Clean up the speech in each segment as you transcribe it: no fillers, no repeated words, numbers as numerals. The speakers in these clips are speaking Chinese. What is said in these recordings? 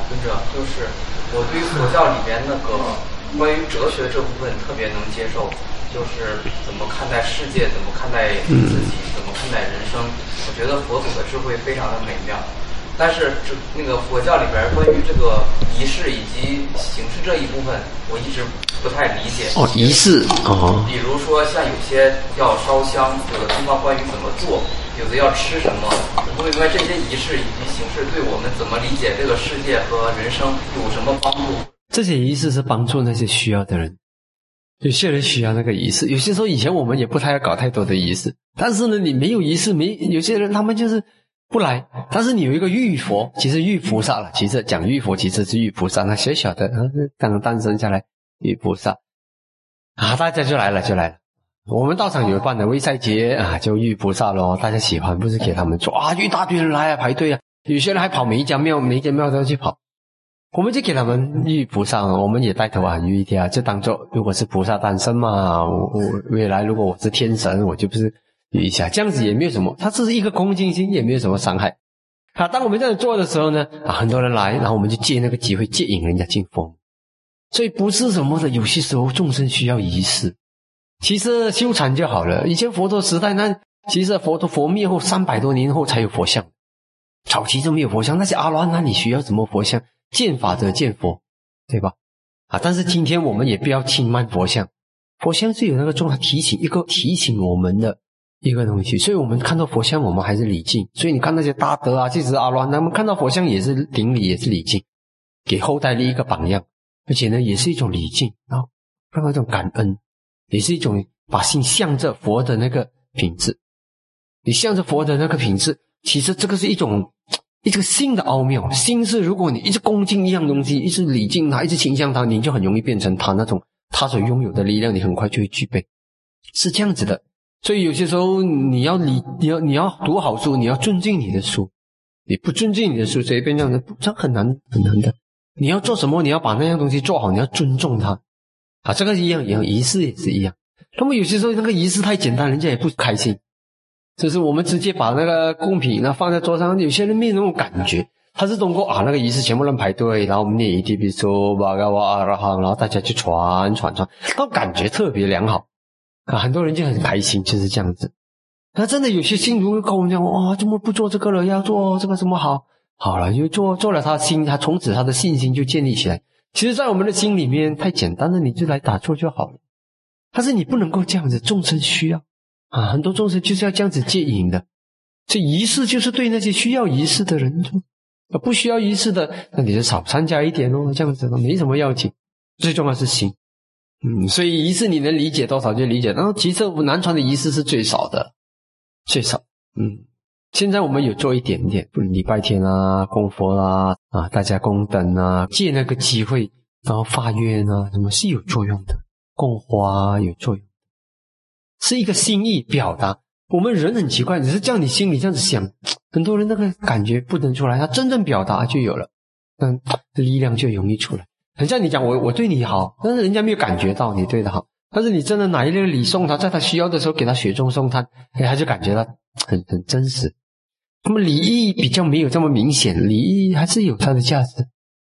尊者，就是我对佛教里面那个关于哲学这部分特别能接受，就是怎么看待世界，怎么看待自己，怎么看待人生。我觉得佛祖的智慧非常的美妙。但是那个佛教里边关于这个仪式以及形式这一部分，我一直不太理解。 仪式比如说像有些要烧香，有的地方关于怎么做，有的要吃什么。我不明白这些仪式以及形式对我们怎么理解这个世界和人生有什么帮助？ 这些仪式是帮助那些需要的人。有些人需要那个仪式，有些时候以前我们也不太要搞太多的仪式，但是呢，你没有仪式，有些人他们就是不来，但是你有一个浴佛，其实浴菩萨了，其实讲浴佛其实是浴菩萨，那小小的刚诞生下来浴菩萨大家就来了。我们道场有办的卫赛节就浴菩萨咯，大家喜欢不是给他们做一大堆人来排队有些人还跑每一间庙都要去跑，我们就给他们浴菩萨，我们也带头浴一天就当做如果是菩萨诞生嘛，我未来如果我是天神，我就不是浴一下，这样子也没有什么，它只是一个恭敬心，也没有什么伤害当我们这样做的时候呢很多人来，然后我们就借那个机会接引人家进佛。所以不是什么的，有些时候众生需要仪式，其实修禅就好了。以前佛陀时代那其实佛灭后300多年后才有佛像，早期就没有佛像，那些阿罗汉那你需要什么佛像？见法则见佛，对吧但是今天我们也不要轻慢佛像，佛像是有那个重要提醒我们的一个东西，所以我们看到佛像我们还是礼敬。所以你看那些大德即使阿罗汉他们看到佛像也是顶礼，也是礼敬，给后代立一个榜样，而且呢也是一种礼敬另外一种感恩，也是一种把心向着佛的那个品质。你向着佛的那个品质，其实这个是一个心的奥妙。心是如果你一直恭敬一样东西，一直礼敬它，一直倾向它，你就很容易变成他所拥有的力量，你很快就会具备，是这样子的。所以有些时候你要读好书，你要尊敬你的书，你不尊敬你的书，随便这样的，这很难的。你要做什么，你要把那样东西做好，你要尊重它这个一样，仪式也是一样。那么有些时候那个仪式太简单，人家也不开心。就是我们直接把那个贡品放在桌上，有些人没有那种感觉，他是通过那个仪式全部人排队，然后我们念一地比说巴嘎瓦阿拉哈，然后大家去传，那种感觉特别良好很多人就很开心，就是这样子。那真的有些信徒会跟我们讲怎么不做这个了，要做这个什么好了就做了，他从此他的信心就建立起来。其实在我们的心里面太简单了，你就来打坐就好了，但是你不能够这样子，众生需要很多众生就是要这样子接引的。这仪式就是对那些需要仪式的人做，不需要仪式的那你就少参加一点这样子没什么要紧，最重要是心。所以仪式你能理解多少就理解，然后其实南传的仪式是最少的，最少。现在我们有做一点点，礼拜天供佛大家供灯借那个机会然后发愿什么是有作用的，供花有作用，是一个心意表达。我们人很奇怪，只是叫你心里这样子想，很多人那个感觉不能出来，他真正表达就有了，力量就容易出来。很像你讲我对你好，但是人家没有感觉到你对他好，但是你真的拿一粒礼送他，在他需要的时候给他雪中送炭，他就感觉到很真实。那么礼义比较没有这么明显，礼义还是有它的价值，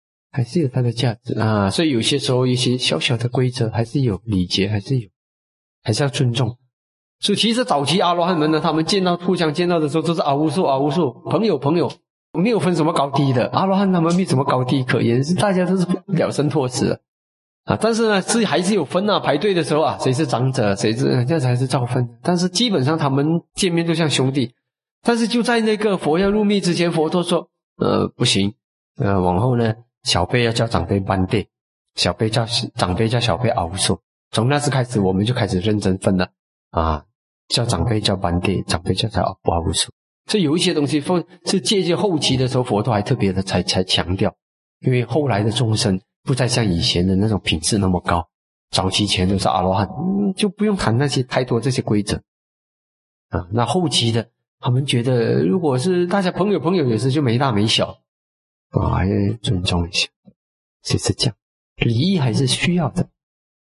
所以有些时候一些小小的规则还是有，礼节还是有，还是要尊重。所以其实早期阿罗汉们呢，他们互相见到的时候都是无数朋友，没有分什么高低的。阿罗汉他们没什么高低可言，大家都是了生脱死但是呢还是有分排队的时候谁是长者，谁是这才是照分。但是基本上他们见面都像兄弟。但是就在那个佛要入灭之前，佛陀说不行，往后呢小辈要叫长辈班队，长辈叫小辈阿无数。从那时开始我们就开始认真分了叫长辈叫班队，长辈叫阿无数。所以有一些东西是借后期的时候佛陀还特别的才强调，因为后来的众生不再像以前的那种品质那么高，早期前都是阿罗汉就不用谈那些太多这些规则那后期的他们觉得如果是大家朋友有时就没大没小要尊重一下，就是这样。礼仪还是需要的，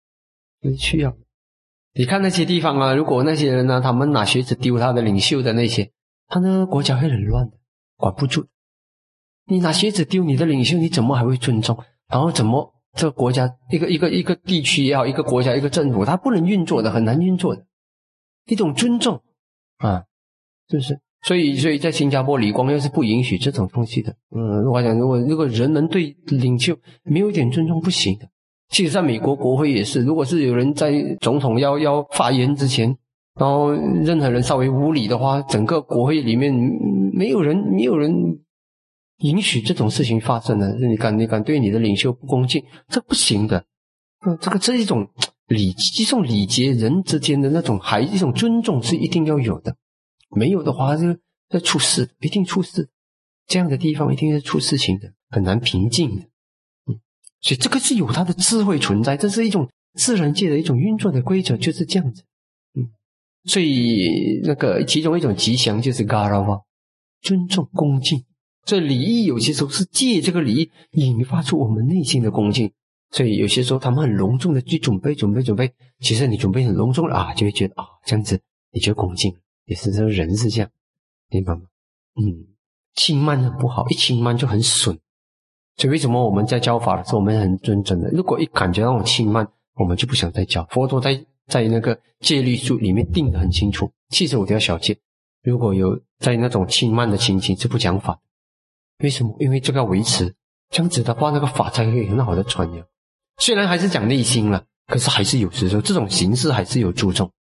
你看那些地方如果那些人他们拿靴子丢他的领袖的那些，他的国家会很乱的，管不住。 你拿鞋子丢你的领袖，你怎么还会尊重？然后怎么这个国家一个地区也好，一个国家一个政府，它不能运作的，很难运作的。一种尊重啊，是不是？所以在新加坡李光耀是不允许这种东西的。我讲如果人能对领袖没有一点尊重不行的。其实在美国国会也是，如果是有人在总统要发言之前，然后任何人稍微无礼的话，整个国会里面没有人允许这种事情发生的。你敢对你的领袖不恭敬，这不行的。这一种礼节，人之间的那种一种尊重是一定要有的，没有的话就出事，一定出事。这样的地方一定是出事情的，很难平静的。所以这个是有它的智慧存在，这是一种自然界的一种运作的规则，就是这样子。所以那个其中一种吉祥就是 Garava， 尊重恭敬。所以礼仪有些时候是借这个礼仪引发出我们内心的恭敬。所以有些时候他们很隆重的去准备，其实你准备很隆重了啊，就会觉得这样子你就恭敬了。也是说人是这样，明白吗？轻慢很不好，一轻慢就很损。所以为什么我们在教法的时候我们很尊重的，如果一感觉到那种轻慢，我们就不想再教。佛陀在那个戒律书里面定得很清楚，75条小戒，如果有在那种轻慢的情形是不讲法的。为什么？因为这个要维持，这样子的话那个法才会很好的传扬。虽然还是讲内心了，可是还是有时候这种形式还是有注重。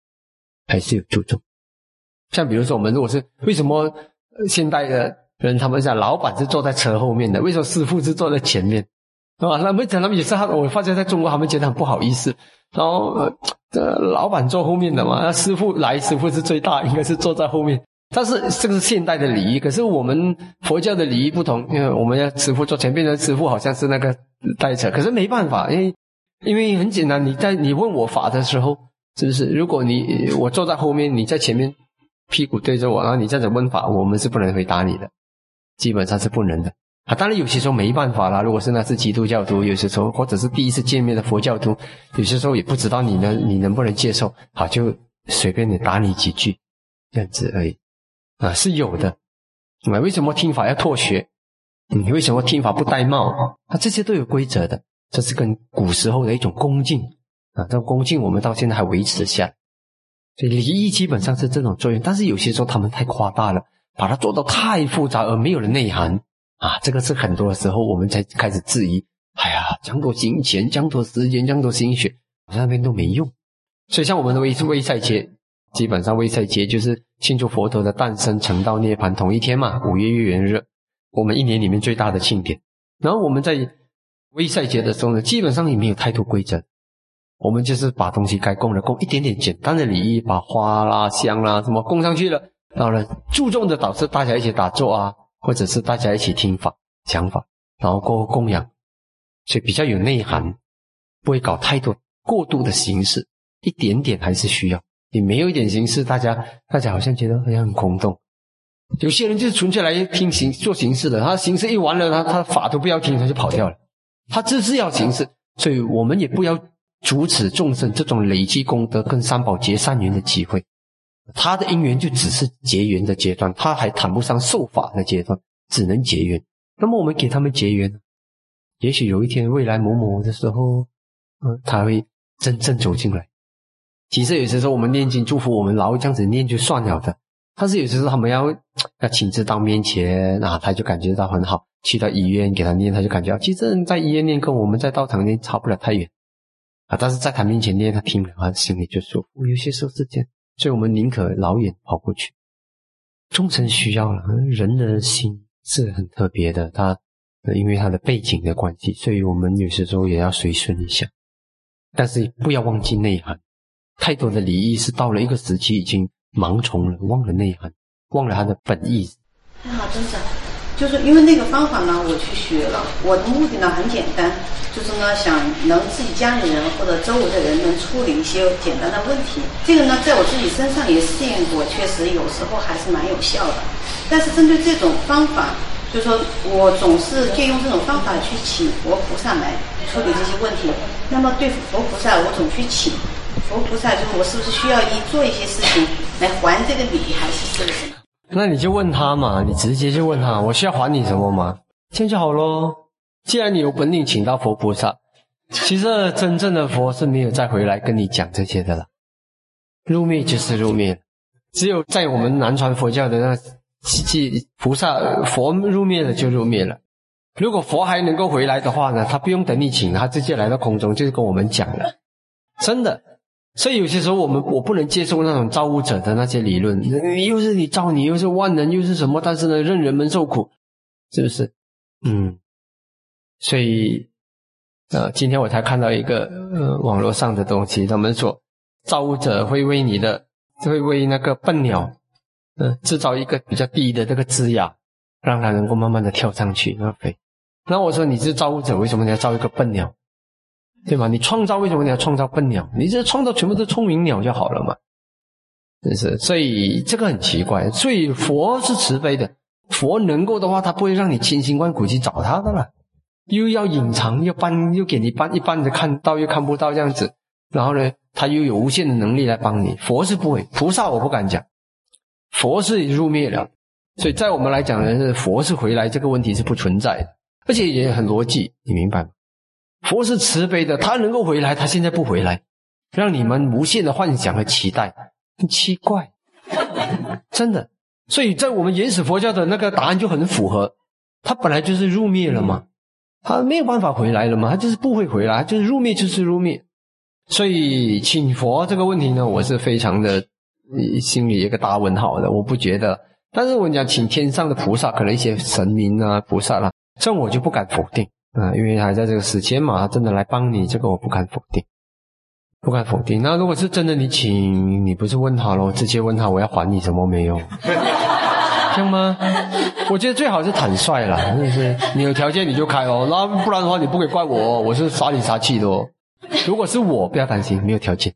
像比如说我们如果是为什么现代的人他们讲老板是坐在车后面的，为什么师父是坐在前面？他们也是我发现在中国他们觉得很不好意思，然后老板坐后面的嘛，师父是最大，应该是坐在后面。但是这个是现代的礼仪，可是我们佛教的礼仪不同，因为我们要师父坐前面的，师父好像是那个带车，可是没办法，因为很简单，你问我法的时候，是不是？如果我坐在后面，你在前面屁股对着我，然后你这样子问法，我们是不能回答你的，基本上是不能的。当然有些时候没办法啦，如果是那是基督教徒，有些时候或者是第一次见面的佛教徒，有些时候也不知道你能不能接受，好就随便你打你几句，这样子而已。是有的。为什么听法要脱靴？为什么听法不戴帽？这些都有规则的，这是跟古时候的一种恭敬这种恭敬我们到现在还维持下来。所以礼仪基本上是这种作用，但是有些时候他们太夸大了，把它做到太复杂而没有了内涵这个是很多时候我们才开始质疑，讲多金钱，讲多时间，讲多心血，好像那边都没用。所以像我们的卫赛节，基本上卫赛节就是庆祝佛陀的诞生成道涅槃同一天嘛，5月月圆日，我们一年里面最大的庆典。然后我们在卫赛节的时候呢，基本上也没有太多规则，我们就是把东西该供的供，一点点简单的礼仪，把花啦香啦什么供上去了，然后呢注重的导致大家一起打坐或者是大家一起听法讲法，然后过后供养，所以比较有内涵，不会搞太多过度的形式，一点点还是需要。你没有一点形式，大家好像觉得好像很空洞。有些人就是纯粹来听做形式的，他形式一完了，他法都不要听，他就跑掉了。他只是要形式，所以我们也不要阻止众生这种累积功德跟三宝结善缘的机会。他的因缘就只是结缘的阶段，他还谈不上受法的阶段，只能结缘。那么我们给他们结缘，也许有一天未来某的时候他会真正走进来。其实有些时候我们念经祝福我们老这样子念就算了的，但是有些时候他们要亲自到面前他就感觉到很好，去到医院给他念，他就感觉其实在医院念跟我们在道场念差不了太远但是在他面前念，他听了他心里就舒服。有些时候是这样，所以我们宁可老远跑过去。众生需要人的心是很特别的，他因为他的背景的关系，所以我们有些时候也要随顺一下，但是不要忘记内涵。太多的礼仪是到了一个时期已经盲从了，忘了内涵，忘了它的本意。 好，真的就是因为那个方法呢我去学了，我的目的呢很简单，就是呢想能自己家里人或者周围的人能处理一些简单的问题。这个呢在我自己身上也试验过，确实有时候还是蛮有效的。但是针对这种方法，就是说我总是借用这种方法去请佛菩萨来处理这些问题，那么对佛菩萨我总去请佛菩萨，就是我是不是需要做一些事情来还这个礼，还是什么？ 那你就问他嘛，你直接就问他，我需要还你什么吗？ 这样就好咯。既然你有本领请到佛菩萨，其实真正的佛是没有再回来跟你讲这些的了，入灭就是入灭，只有在我们南传佛教的那菩萨佛入灭了就入灭了。如果佛还能够回来的话呢，他不用等你请，他直接来到空中就跟我们讲了，真的。所以有些时候我不能接受那种造物者的那些理论，你又是你造，你又是万能，又是什么，但是呢任人们受苦，是不是？所以今天我才看到一个网络上的东西，他们说造物者会为那个笨鸟制造一个比较低的这个枝桠，让它能够慢慢的跳上去飞。那我说你是造物者，为什么你要造一个笨鸟？对吗？你创造为什么你要创造笨鸟？你这创造全部都聪明鸟就好了嘛。是，所以这个很奇怪。所以佛是慈悲的，佛能够的话，他不会让你千辛万苦去找他的了，又要隐藏，又给你一半的看到又看不到这样子，然后呢他又有无限的能力来帮你。佛是不会，菩萨我不敢讲，佛是入灭了。所以在我们来讲呢，佛是回来这个问题是不存在的，而且也很逻辑，你明白吗？佛是慈悲的，他能够回来，他现在不回来，让你们无限的幻想和期待，很奇怪，真的。所以在我们原始佛教的那个答案就很符合，他本来就是入灭了嘛，他没有办法回来了嘛，他就是不会回来，就是入灭就是入灭。所以请佛这个问题呢，我是非常的心里一个大问号的，我不觉得。但是我讲请天上的菩萨，可能一些神明啊菩萨啦，这我就不敢否定因为还在这个时间嘛，他真的来帮你，这个我不敢否定，不敢否定。那如果是真的你请，你不是问他咯，直接问他我要还你什么没有这样吗？我觉得最好是坦率啦，就是你有条件你就开哦，那不然的话你不可以怪我哦，我是杀里杀气的哦。如果是我不要担心，没有条件，